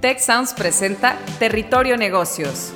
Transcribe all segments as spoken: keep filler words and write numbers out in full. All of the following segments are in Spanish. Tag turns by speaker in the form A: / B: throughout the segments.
A: Tech Sounds presenta Territorio Negocios.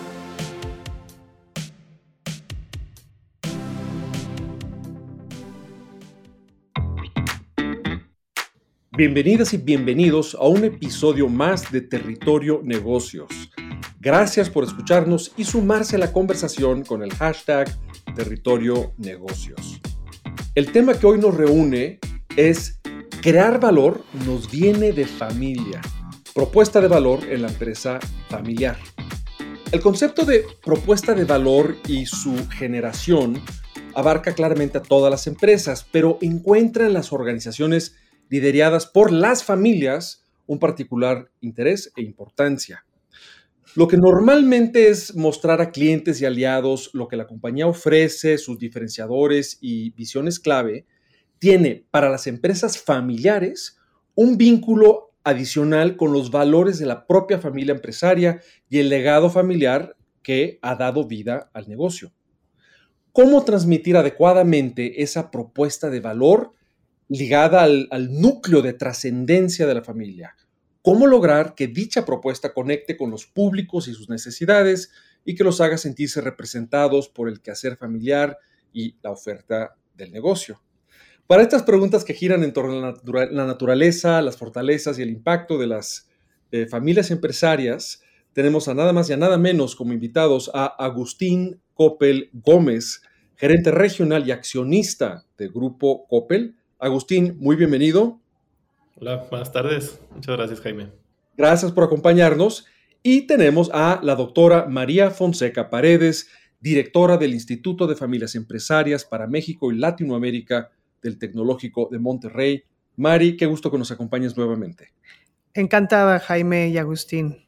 B: Bienvenidas y bienvenidos a un episodio más de Territorio Negocios. Gracias por escucharnos y sumarse a la conversación con el hashtag Territorio Negocios. El tema que hoy nos reúne es crear valor nos viene de familia. Propuesta de valor en la empresa familiar. El concepto de propuesta de valor y su generación abarca claramente a todas las empresas, pero encuentra en las organizaciones lideradas por las familias un particular interés e importancia. Lo que normalmente es mostrar a clientes y aliados lo que la compañía ofrece, sus diferenciadores y visiones clave, tiene para las empresas familiares un vínculo adicional con los valores de la propia familia empresaria y el legado familiar que ha dado vida al negocio. ¿Cómo transmitir adecuadamente esa propuesta de valor ligada al, al núcleo de trascendencia de la familia? ¿Cómo lograr que dicha propuesta conecte con los públicos y sus necesidades y que los haga sentirse representados por el quehacer familiar y la oferta del negocio? Para estas preguntas que giran en torno a la, natura- la naturaleza, las fortalezas y el impacto de las eh, familias empresarias, tenemos a nada más y a nada menos como invitados a Agustín Coppel Gómez, gerente regional y accionista de Grupo Coppel. Agustín, muy bienvenido.
C: Hola, buenas tardes. Muchas gracias, Jaime.
B: Gracias por acompañarnos. Y tenemos a la doctora María Fonseca Paredes, directora del Instituto de Familias Empresarias para México y Latinoamérica del Tecnológico de Monterrey. Mari, qué gusto que nos acompañes nuevamente.
D: Encantada, Jaime y Agustín.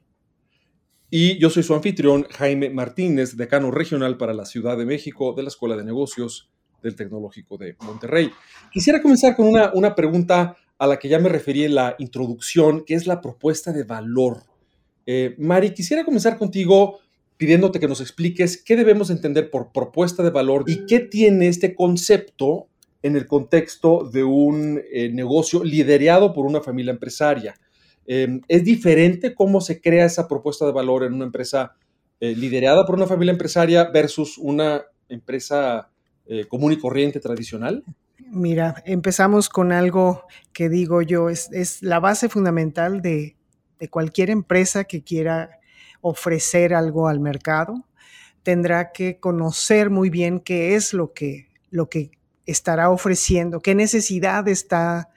B: Y yo soy su anfitrión, Jaime Martínez, decano regional para la Ciudad de México de la Escuela de Negocios del Tecnológico de Monterrey. Quisiera comenzar con una, una pregunta a la que ya me referí en la introducción, que es la propuesta de valor. Eh, Mari, quisiera comenzar contigo pidiéndote que nos expliques qué debemos entender por propuesta de valor y qué tiene este concepto en el contexto de un eh, negocio liderado por una familia empresaria. Eh, ¿Es diferente cómo se crea esa propuesta de valor en una empresa eh, liderada por una familia empresaria versus una empresa eh, común y corriente tradicional?
D: Mira, empezamos con algo que digo yo, es, es la base fundamental de, de cualquier empresa que quiera ofrecer algo al mercado. Tendrá que conocer muy bien qué es lo que, lo que estará ofreciendo, qué necesidad está,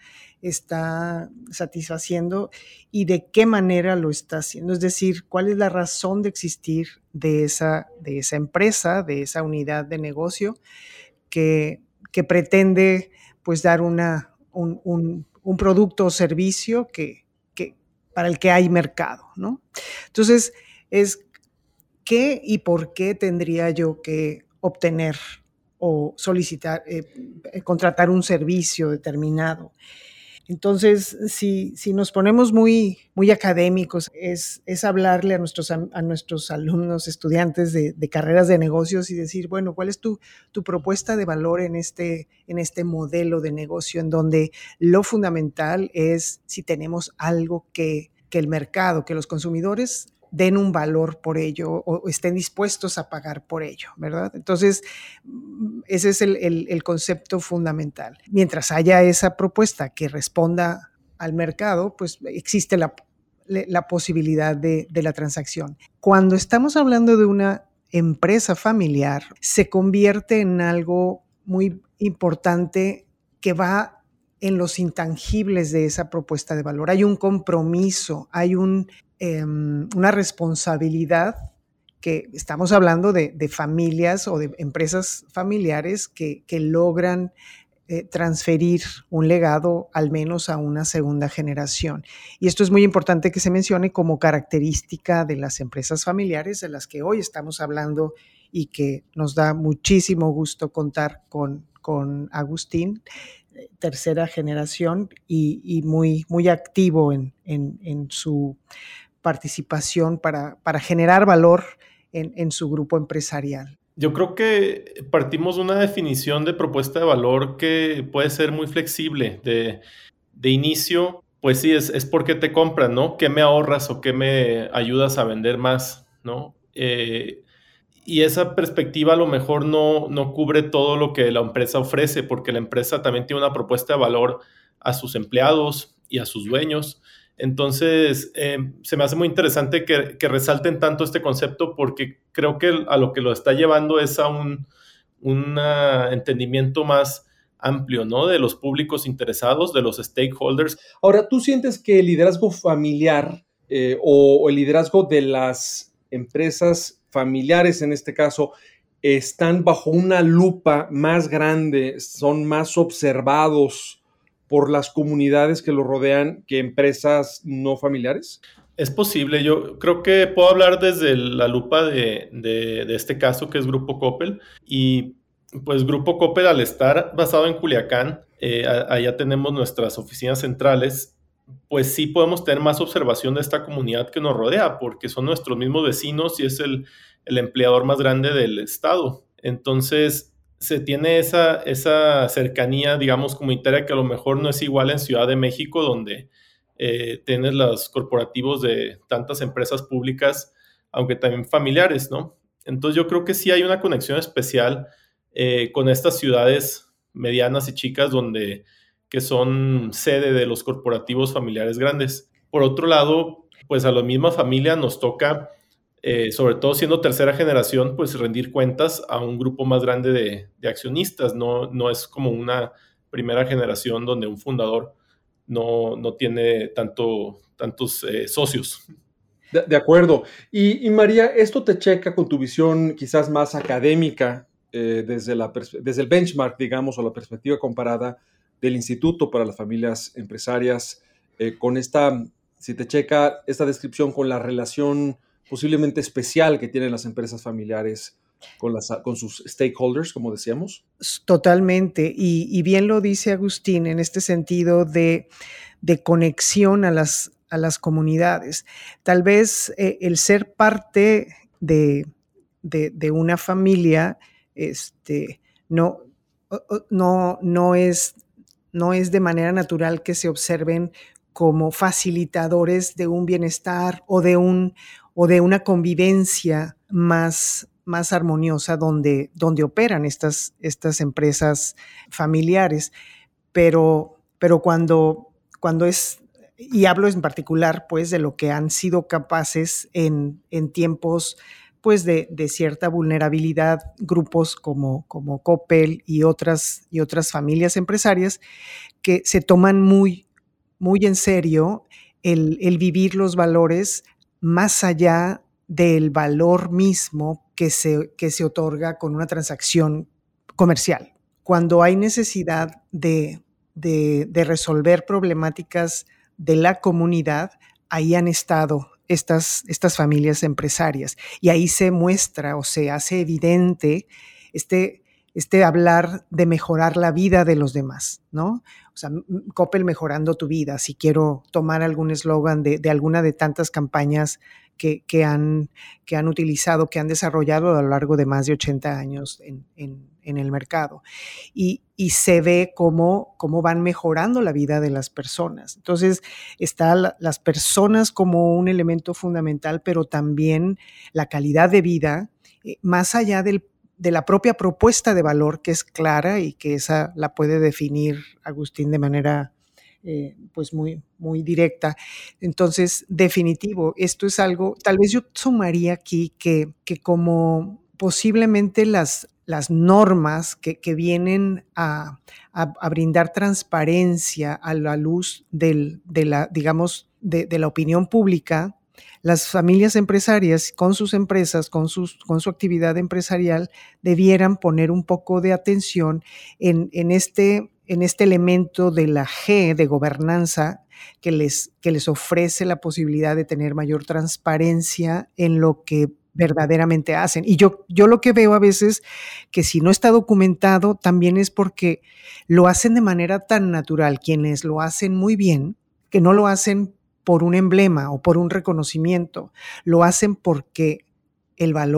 D: está satisfaciendo y de qué manera lo está haciendo. Es decir, cuál es la razón de existir de esa, de esa empresa, de esa unidad de negocio que, que pretende pues, dar una, un, un, un producto o servicio que, que, para el que hay mercado, ¿no? Entonces, es qué y por qué tendría yo que obtener o solicitar, eh, contratar un servicio determinado. Entonces, si, si nos ponemos muy, muy académicos, es, es hablarle a nuestros, a nuestros alumnos, estudiantes de, de carreras de negocios y decir, bueno, ¿cuál es tu, tu propuesta de valor en este, en este modelo de negocio en donde lo fundamental es si tenemos algo que, que el mercado, que los consumidores den un valor por ello o estén dispuestos a pagar por ello, ¿verdad? Entonces, ese es el, el, el concepto fundamental. Mientras haya esa propuesta que responda al mercado, pues existe la, la posibilidad de, de la transacción. Cuando estamos hablando de una empresa familiar, se convierte en algo muy importante que va en los intangibles de esa propuesta de valor. Hay un compromiso, hay un Eh, una responsabilidad que estamos hablando de, de familias o de empresas familiares que, que logran eh, transferir un legado al menos a una segunda generación. Y esto es muy importante que se mencione como característica de las empresas familiares de las que hoy estamos hablando y que nos da muchísimo gusto contar con, con Agustín, tercera generación y, y muy, muy activo en, en, en su participación para, para generar valor en, en su grupo empresarial.
C: Yo creo que partimos de una definición de propuesta de valor que puede ser muy flexible. De, de inicio, pues sí, es, es porque te compran, ¿no? ¿Qué me ahorras o qué me ayudas a vender más, ¿no? Eh, y esa perspectiva a lo mejor no, no cubre todo lo que la empresa ofrece, porque la empresa también tiene una propuesta de valor a sus empleados y a sus dueños. Entonces, eh, se me hace muy interesante que, que resalten tanto este concepto, porque creo que a lo que lo está llevando es a un un entendimiento más amplio, ¿no? De los públicos interesados, de los stakeholders.
B: Ahora, ¿tú sientes que el liderazgo familiar eh, o, o el liderazgo de las empresas familiares, en este caso, están bajo una lupa más grande, son más observados por las comunidades que los rodean que empresas no familiares?
C: Es posible, yo creo que puedo hablar desde la lupa de, de, de este caso que es Grupo Coppel, y pues Grupo Coppel, al estar basado en Culiacán, eh, allá tenemos nuestras oficinas centrales, pues sí podemos tener más observación de esta comunidad que nos rodea, porque son nuestros mismos vecinos y es el, el empleador más grande del estado. Entonces se tiene esa, esa cercanía, digamos, comunitaria, que a lo mejor no es igual en Ciudad de México, donde Eh, tienes los corporativos de tantas empresas públicas, aunque también familiares, ¿no? Entonces yo creo que sí hay una conexión especial eh, con estas ciudades medianas y chicas donde, que son sede de los corporativos familiares grandes. Por otro lado, pues a la misma familia nos toca, eh, sobre todo siendo tercera generación, pues rendir cuentas a un grupo más grande de, de accionistas, no, no es como una primera generación donde un fundador no, no tiene tanto, tantos eh, socios.
B: De, de acuerdo. Y, y María, esto te checa con tu visión quizás más académica eh, desde, la, desde el benchmark, digamos, o la perspectiva comparada del Instituto para las Familias Empresarias, eh, con esta, si te checa esta descripción con la relación posiblemente especial que tienen las empresas familiares con, las, con sus stakeholders, como decíamos.
D: Totalmente. Y, y bien lo dice Agustín en este sentido de, de conexión a las, a las comunidades. Tal vez eh, el ser parte de, de, de una familia este, no, no, no, es, no es de manera natural que se observen como facilitadores de un bienestar o de, un, o de una convivencia más más armoniosa donde, donde operan estas, estas empresas familiares. Pero, pero cuando, cuando es, y hablo en particular pues de lo que han sido capaces en, en tiempos pues de, de cierta vulnerabilidad, grupos como, como Coppel y otras, y otras familias empresarias que se toman muy, muy en serio el, el vivir los valores más allá del valor mismo que se, que se otorga con una transacción comercial. Cuando hay necesidad de, de, de resolver problemáticas de la comunidad, ahí han estado estas, estas familias empresarias y ahí se muestra o se hace evidente este, este hablar de mejorar la vida de los demás, ¿no? O sea, Coppel mejorando tu vida, si quiero tomar algún eslogan de, de alguna de tantas campañas que, que, han, que han utilizado, que han desarrollado a lo largo de más de ochenta años en, en, en el mercado. Y, y se ve cómo, cómo van mejorando la vida de las personas. Entonces, están la, las personas como un elemento fundamental, pero también la calidad de vida, eh, más allá del de la propia propuesta de valor, que es clara y que esa la puede definir Agustín de manera eh, pues muy, muy directa. Entonces, definitivo, esto es algo, tal vez yo sumaría aquí que, que como posiblemente las, las normas que, que vienen a, a, a brindar transparencia a la luz del, de la, digamos, de, de la opinión pública, las familias empresarias con sus empresas, con, sus, con su actividad empresarial, debieran poner un poco de atención en, en, este, en este elemento de la G de gobernanza que les, que les ofrece la posibilidad de tener mayor transparencia en lo que verdaderamente hacen. Y yo, yo lo que veo a veces que si no está documentado también es porque lo hacen de manera tan natural, quienes lo hacen muy bien, que no lo hacen por un emblema o por un reconocimiento, lo hacen porque el valor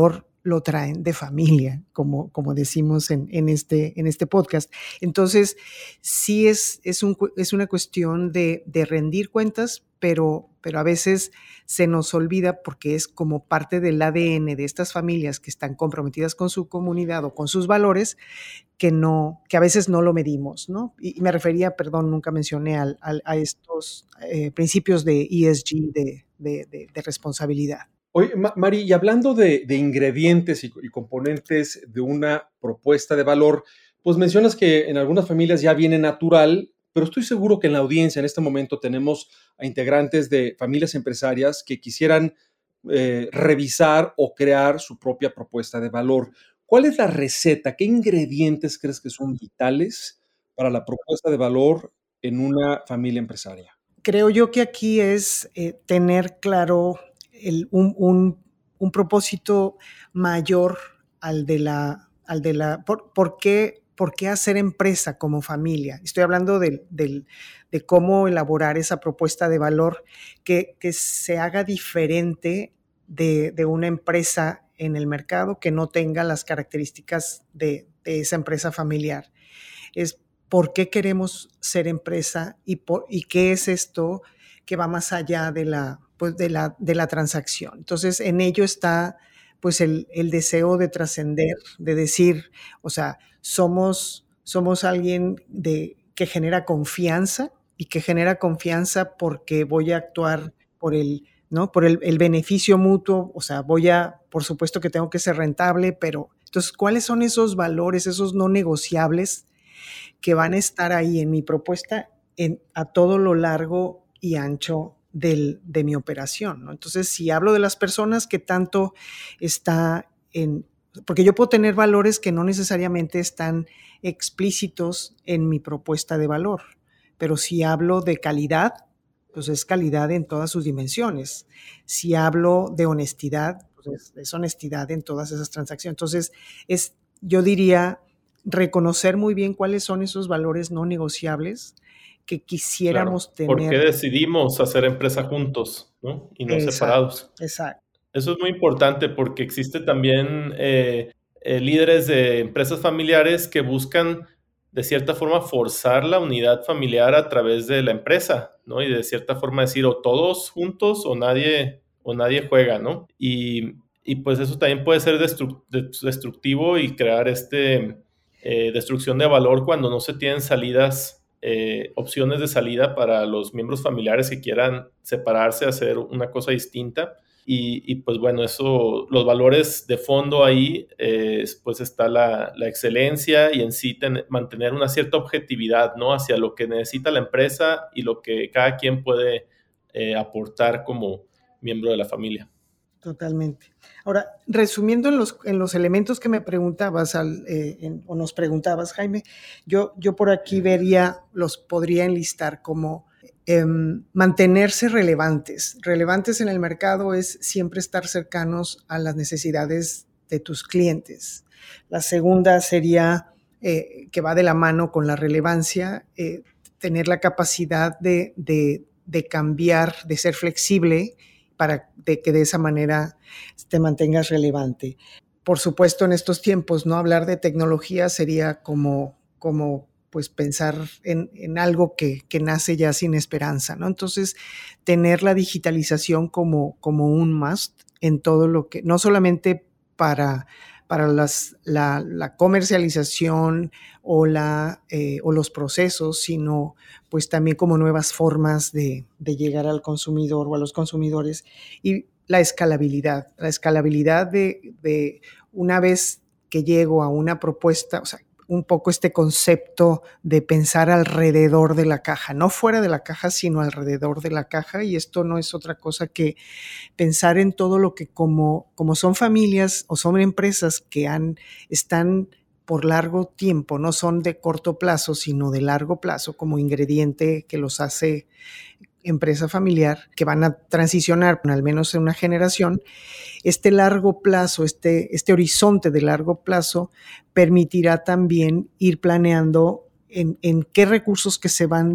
D: lo traen de familia, como, como decimos en, en, este, en este podcast. Entonces, sí es, es, un, es una cuestión de, de rendir cuentas, pero, pero a veces se nos olvida porque es como parte del A D N de estas familias que están comprometidas con su comunidad o con sus valores, que, no, que a veces no lo medimos, ¿no? Y, y me refería, perdón, nunca mencioné al, al, a estos eh, principios de E S G, de, de, de, de responsabilidad.
B: Oye, Mari, y hablando de, de ingredientes y, y componentes de una propuesta de valor, pues mencionas que en algunas familias ya viene natural, pero estoy seguro que en la audiencia en este momento tenemos a integrantes de familias empresarias que quisieran eh, revisar o crear su propia propuesta de valor. ¿Cuál es la receta? ¿Qué ingredientes crees que son vitales para la propuesta de valor en una familia empresaria?
D: Creo yo que aquí es eh, tener claro el, un, un, un propósito mayor al de la... Al de la por, ¿por, qué, ¿Por qué hacer empresa como familia? Estoy hablando de, de, de cómo elaborar esa propuesta de valor que, que se haga diferente de, de una empresa en el mercado que no tenga las características de, de esa empresa familiar. Es por qué queremos ser empresa y, por, y qué es esto que va más allá de la, pues de la, de la transacción. Entonces, en ello está pues el, el deseo de trascender, de decir, o sea, somos, somos alguien de, que genera confianza y que genera confianza porque voy a actuar por el, ¿no? por el, el beneficio mutuo, o sea, voy a, por supuesto que tengo que ser rentable, pero entonces, ¿cuáles son esos valores, esos no negociables que van a estar ahí en mi propuesta en, a todo lo largo y ancho del, de mi operación, ¿no? Entonces, si hablo de las personas, que tanto está en... Porque yo puedo tener valores que no necesariamente están explícitos en mi propuesta de valor, pero si hablo de calidad, pues es calidad en todas sus dimensiones. Si hablo de honestidad, pues es, es honestidad en todas esas transacciones. Entonces, es, yo diría... reconocer muy bien cuáles son esos valores no negociables que quisiéramos
C: claro.
D: tener.
C: ¿Por qué decidimos hacer empresa juntos, ¿no? Y no
D: exacto,
C: separados?
D: Exacto.
C: Eso es muy importante porque existe también eh, eh, líderes de empresas familiares que buscan de cierta forma forzar la unidad familiar a través de la empresa, ¿no? Y de cierta forma decir o todos juntos o nadie, o nadie juega, ¿no? Y, y pues eso también puede ser destru- destructivo y crear este... Eh, destrucción de valor cuando no se tienen salidas, eh, opciones de salida para los miembros familiares que quieran separarse, hacer una cosa distinta. Y, y pues bueno, eso, los valores de fondo ahí, eh, pues está la, la excelencia y en sí ten, mantener una cierta objetividad, ¿no? Hacia lo que necesita la empresa y lo que cada quien puede eh, aportar como miembro de la familia.
D: Totalmente. Ahora, resumiendo en los, en los elementos que me preguntabas al, eh, en, o nos preguntabas, Jaime, yo, yo por aquí vería, los podría enlistar como eh, mantenerse relevantes. Relevantes en el mercado es siempre estar cercanos a las necesidades de tus clientes. La segunda sería, eh, que va de la mano con la relevancia, eh, tener la capacidad de, de, de cambiar, de ser flexible, para de que de esa manera te mantengas relevante. Por supuesto, en estos tiempos, no hablar de tecnología sería como, como pues pensar en, en algo que, que nace ya sin esperanza, ¿no? Entonces, tener la digitalización como, como un must en todo lo que, no solamente para, para las, la, la comercialización o, la, eh, o los procesos, sino pues también como nuevas formas de, de llegar al consumidor o a los consumidores. Y la escalabilidad, la escalabilidad de, de una vez que llego a una propuesta, o sea, un poco este concepto de pensar alrededor de la caja, no fuera de la caja, sino alrededor de la caja, y esto no es otra cosa que pensar en todo lo que como, como son familias o son empresas que han, están por largo tiempo, no son de corto plazo, sino de largo plazo, como ingrediente que los hace empresa familiar, que van a transicionar al menos en una generación. Este largo plazo, este, este horizonte de largo plazo permitirá también ir planeando en, en qué recursos que se van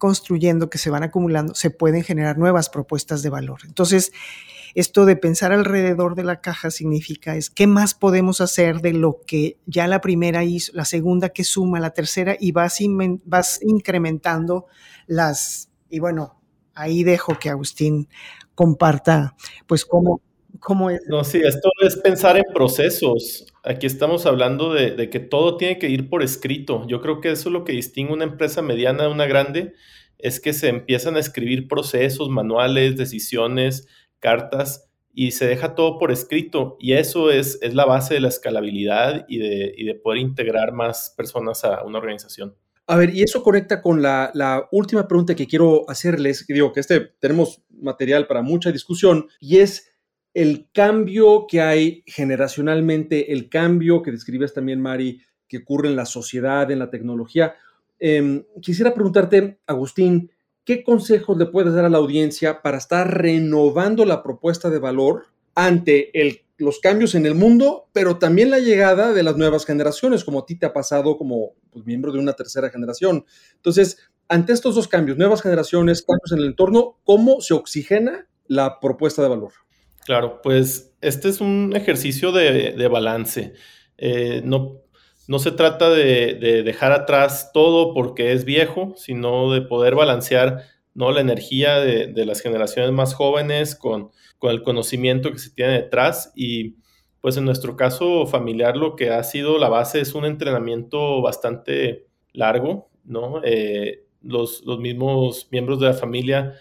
D: construyendo, que se van acumulando, se pueden generar nuevas propuestas de valor. Entonces, esto de pensar alrededor de la caja significa es qué más podemos hacer de lo que ya la primera hizo, la segunda que suma, la tercera, y vas, in, vas incrementando las, y bueno, ahí dejo que Agustín comparta pues cómo, cómo es.
C: No, sí, esto es pensar en procesos. Aquí estamos hablando de, de que todo tiene que ir por escrito. Yo creo que eso es lo que distingue una empresa mediana de una grande, es que se empiezan a escribir procesos, manuales, decisiones, cartas, y se deja todo por escrito. Y eso es, es la base de la escalabilidad y de, y de poder integrar más personas a una organización.
B: A ver, y eso conecta con la, la última pregunta que quiero hacerles, que digo que este tenemos material para mucha discusión, y es el cambio que hay generacionalmente, el cambio que describes también, Mari, que ocurre en la sociedad, en la tecnología. Eh, quisiera preguntarte, Agustín, ¿qué consejos le puedes dar a la audiencia para estar renovando la propuesta de valor ante el, los cambios en el mundo, pero también la llegada de las nuevas generaciones, como a ti te ha pasado como pues, miembro de una tercera generación? Entonces, ante estos dos cambios, nuevas generaciones, cambios en el entorno, ¿cómo se oxigena la propuesta de valor?
C: Claro, pues este es un ejercicio de, de balance. Eh, no, no se trata de, de dejar atrás todo porque es viejo, sino de poder balancear, ¿no?, la energía de, de las generaciones más jóvenes con, con el conocimiento que se tiene detrás. Y pues en nuestro caso familiar lo que ha sido la base es un entrenamiento bastante largo, ¿no? Eh, los, los mismos miembros de la familia,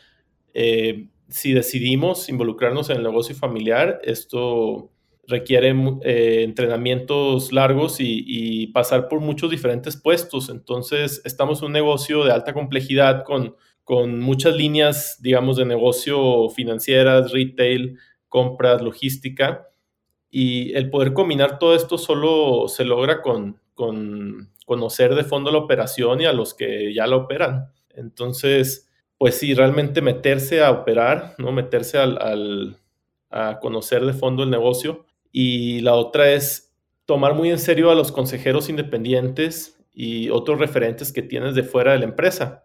C: eh, si decidimos involucrarnos en el negocio familiar, esto requiere eh, entrenamientos largos y, y pasar por muchos diferentes puestos. Entonces, estamos en un negocio de alta complejidad con, con muchas líneas, digamos, de negocio financieras, retail, compras, logística. Y el poder combinar todo esto solo se logra con, con conocer de fondo la operación y a los que ya la operan. Entonces, pues sí, realmente meterse a operar, ¿no? Meterse al, al, a conocer de fondo el negocio. Y la otra es tomar muy en serio a los consejeros independientes y otros referentes que tienes de fuera de la empresa.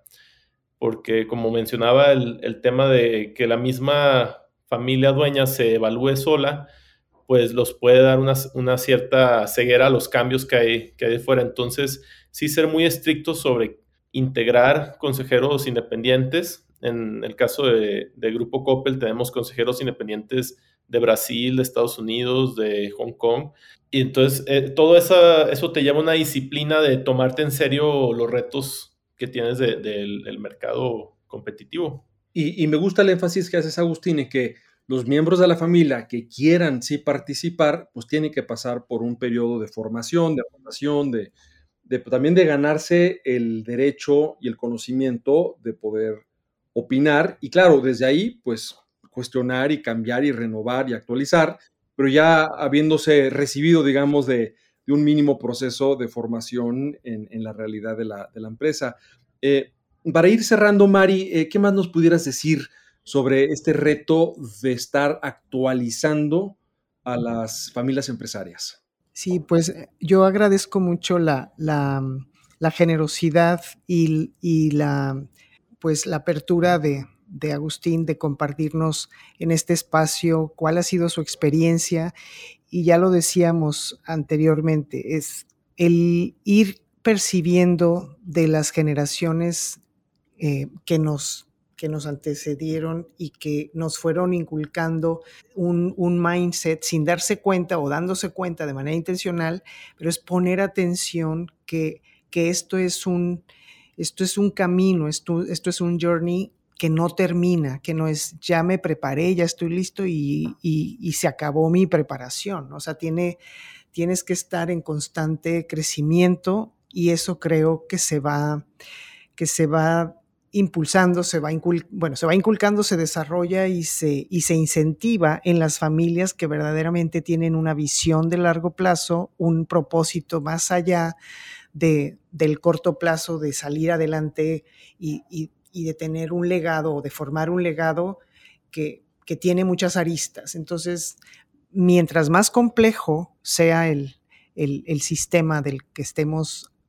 C: Porque como mencionaba, el, el tema de que la misma familia dueña se evalúe sola, pues los puede dar una, una cierta ceguera a los cambios que hay, que hay de fuera. Entonces, sí ser muy estrictos sobre integrar consejeros independientes. En el caso de, de Grupo Coppel tenemos consejeros independientes de Brasil, de Estados Unidos, de Hong Kong. Y entonces eh, todo esa, eso te lleva a una disciplina de tomarte en serio los retos que tienes de, de, del mercado competitivo.
B: Y, y me gusta el énfasis que haces, Agustín, en que los miembros de la familia que quieran sí participar, pues tienen que pasar por un periodo de formación, de formación, de, de, también de ganarse el derecho y el conocimiento de poder opinar. Y claro, desde ahí, pues cuestionar y cambiar y renovar y actualizar, pero ya habiéndose recibido, digamos, de, de un mínimo proceso de formación en, en la realidad de la, de la empresa. Eh, para ir cerrando, Mari, eh, ¿qué más nos pudieras decir sobre este reto de estar actualizando a las familias empresarias?
D: Sí, pues yo agradezco mucho la, la, la generosidad y, y la, pues, la apertura de, de Agustín de compartirnos en este espacio cuál ha sido su experiencia. Y ya lo decíamos anteriormente, es el ir percibiendo de las generaciones eh, que nos que nos antecedieron y que nos fueron inculcando un, un mindset sin darse cuenta o dándose cuenta de manera intencional, pero es poner atención que, que esto es un, esto es un camino, esto, esto es un journey que no termina, que no es ya me preparé, ya estoy listo y, y, y se acabó mi preparación. O sea, tiene, tienes que estar en constante crecimiento y eso creo que se va, que se va impulsando, se va, incul bueno, se va inculcando, se desarrolla y se, y se incentiva en las familias que verdaderamente tienen una visión de largo plazo, un propósito más allá de, del corto plazo de salir adelante y, y, y de tener un legado o de formar un legado que, que tiene muchas aristas. Entonces, mientras más complejo sea el, el, el sistema del que estemos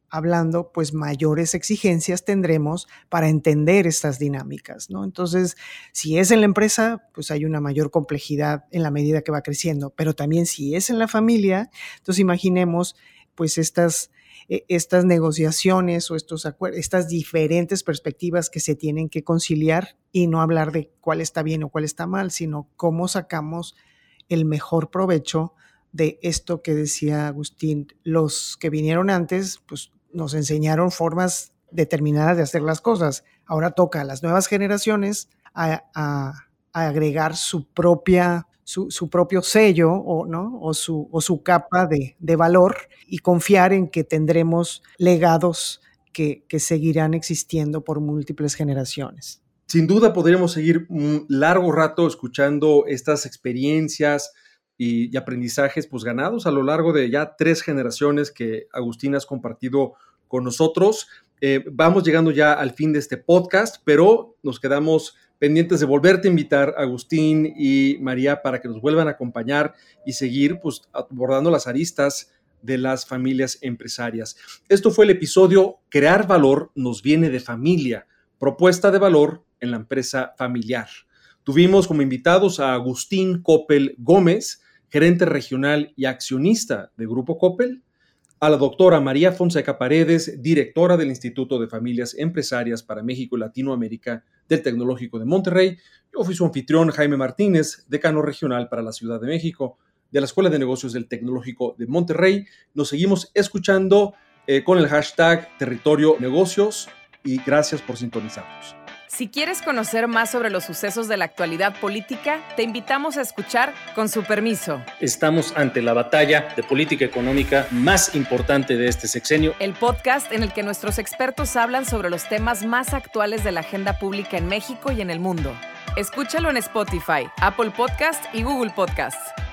D: hablando, pues mayores exigencias tendremos para entender estas dinámicas, ¿no? Entonces, si es en la empresa, pues hay una mayor complejidad en la medida que va creciendo, pero también si es en la familia, entonces imaginemos pues estas, estas negociaciones o estos acuerdos, estas diferentes perspectivas que se tienen que conciliar y no hablar de cuál está bien o cuál está mal, sino cómo sacamos el mejor provecho de esto que decía Agustín. Los que vinieron antes, pues nos enseñaron formas determinadas de hacer las cosas. Ahora toca a las nuevas generaciones a, a, a agregar su propia, su, su propio sello o, ¿no? o, su, o su capa de, de valor y confiar en que tendremos legados que, que seguirán existiendo por múltiples generaciones.
B: Sin duda podríamos seguir un largo rato escuchando estas experiencias y, y aprendizajes pues, ganados a lo largo de ya tres generaciones que Agustín has compartido con nosotros. Eh, vamos llegando ya al fin de este podcast, pero nos quedamos pendientes de volverte a invitar, Agustín y María, para que nos vuelvan a acompañar y seguir pues, abordando las aristas de las familias empresarias. Esto fue el episodio Crear Valor nos viene de familia, propuesta de valor en la empresa familiar. Tuvimos como invitados a Agustín Coppel Gómez, gerente regional y accionista de Grupo Coppel, a la doctora María Fonseca Paredes, directora del Instituto de Familias Empresarias para México y Latinoamérica del Tecnológico de Monterrey. Yo fui su anfitrión, Jaime Martínez, decano regional para la Ciudad de México de la Escuela de Negocios del Tecnológico de Monterrey. Nos seguimos escuchando eh, con el hashtag Territorio Negocios y gracias por sintonizarnos.
A: Si quieres conocer más sobre los sucesos de la actualidad política, te invitamos a escuchar Con su permiso.
E: Estamos ante la batalla de política económica más importante de este sexenio.
A: El podcast en el que nuestros expertos hablan sobre los temas más actuales de la agenda pública en México y en el mundo. Escúchalo en Spotify, Apple Podcast y Google Podcasts.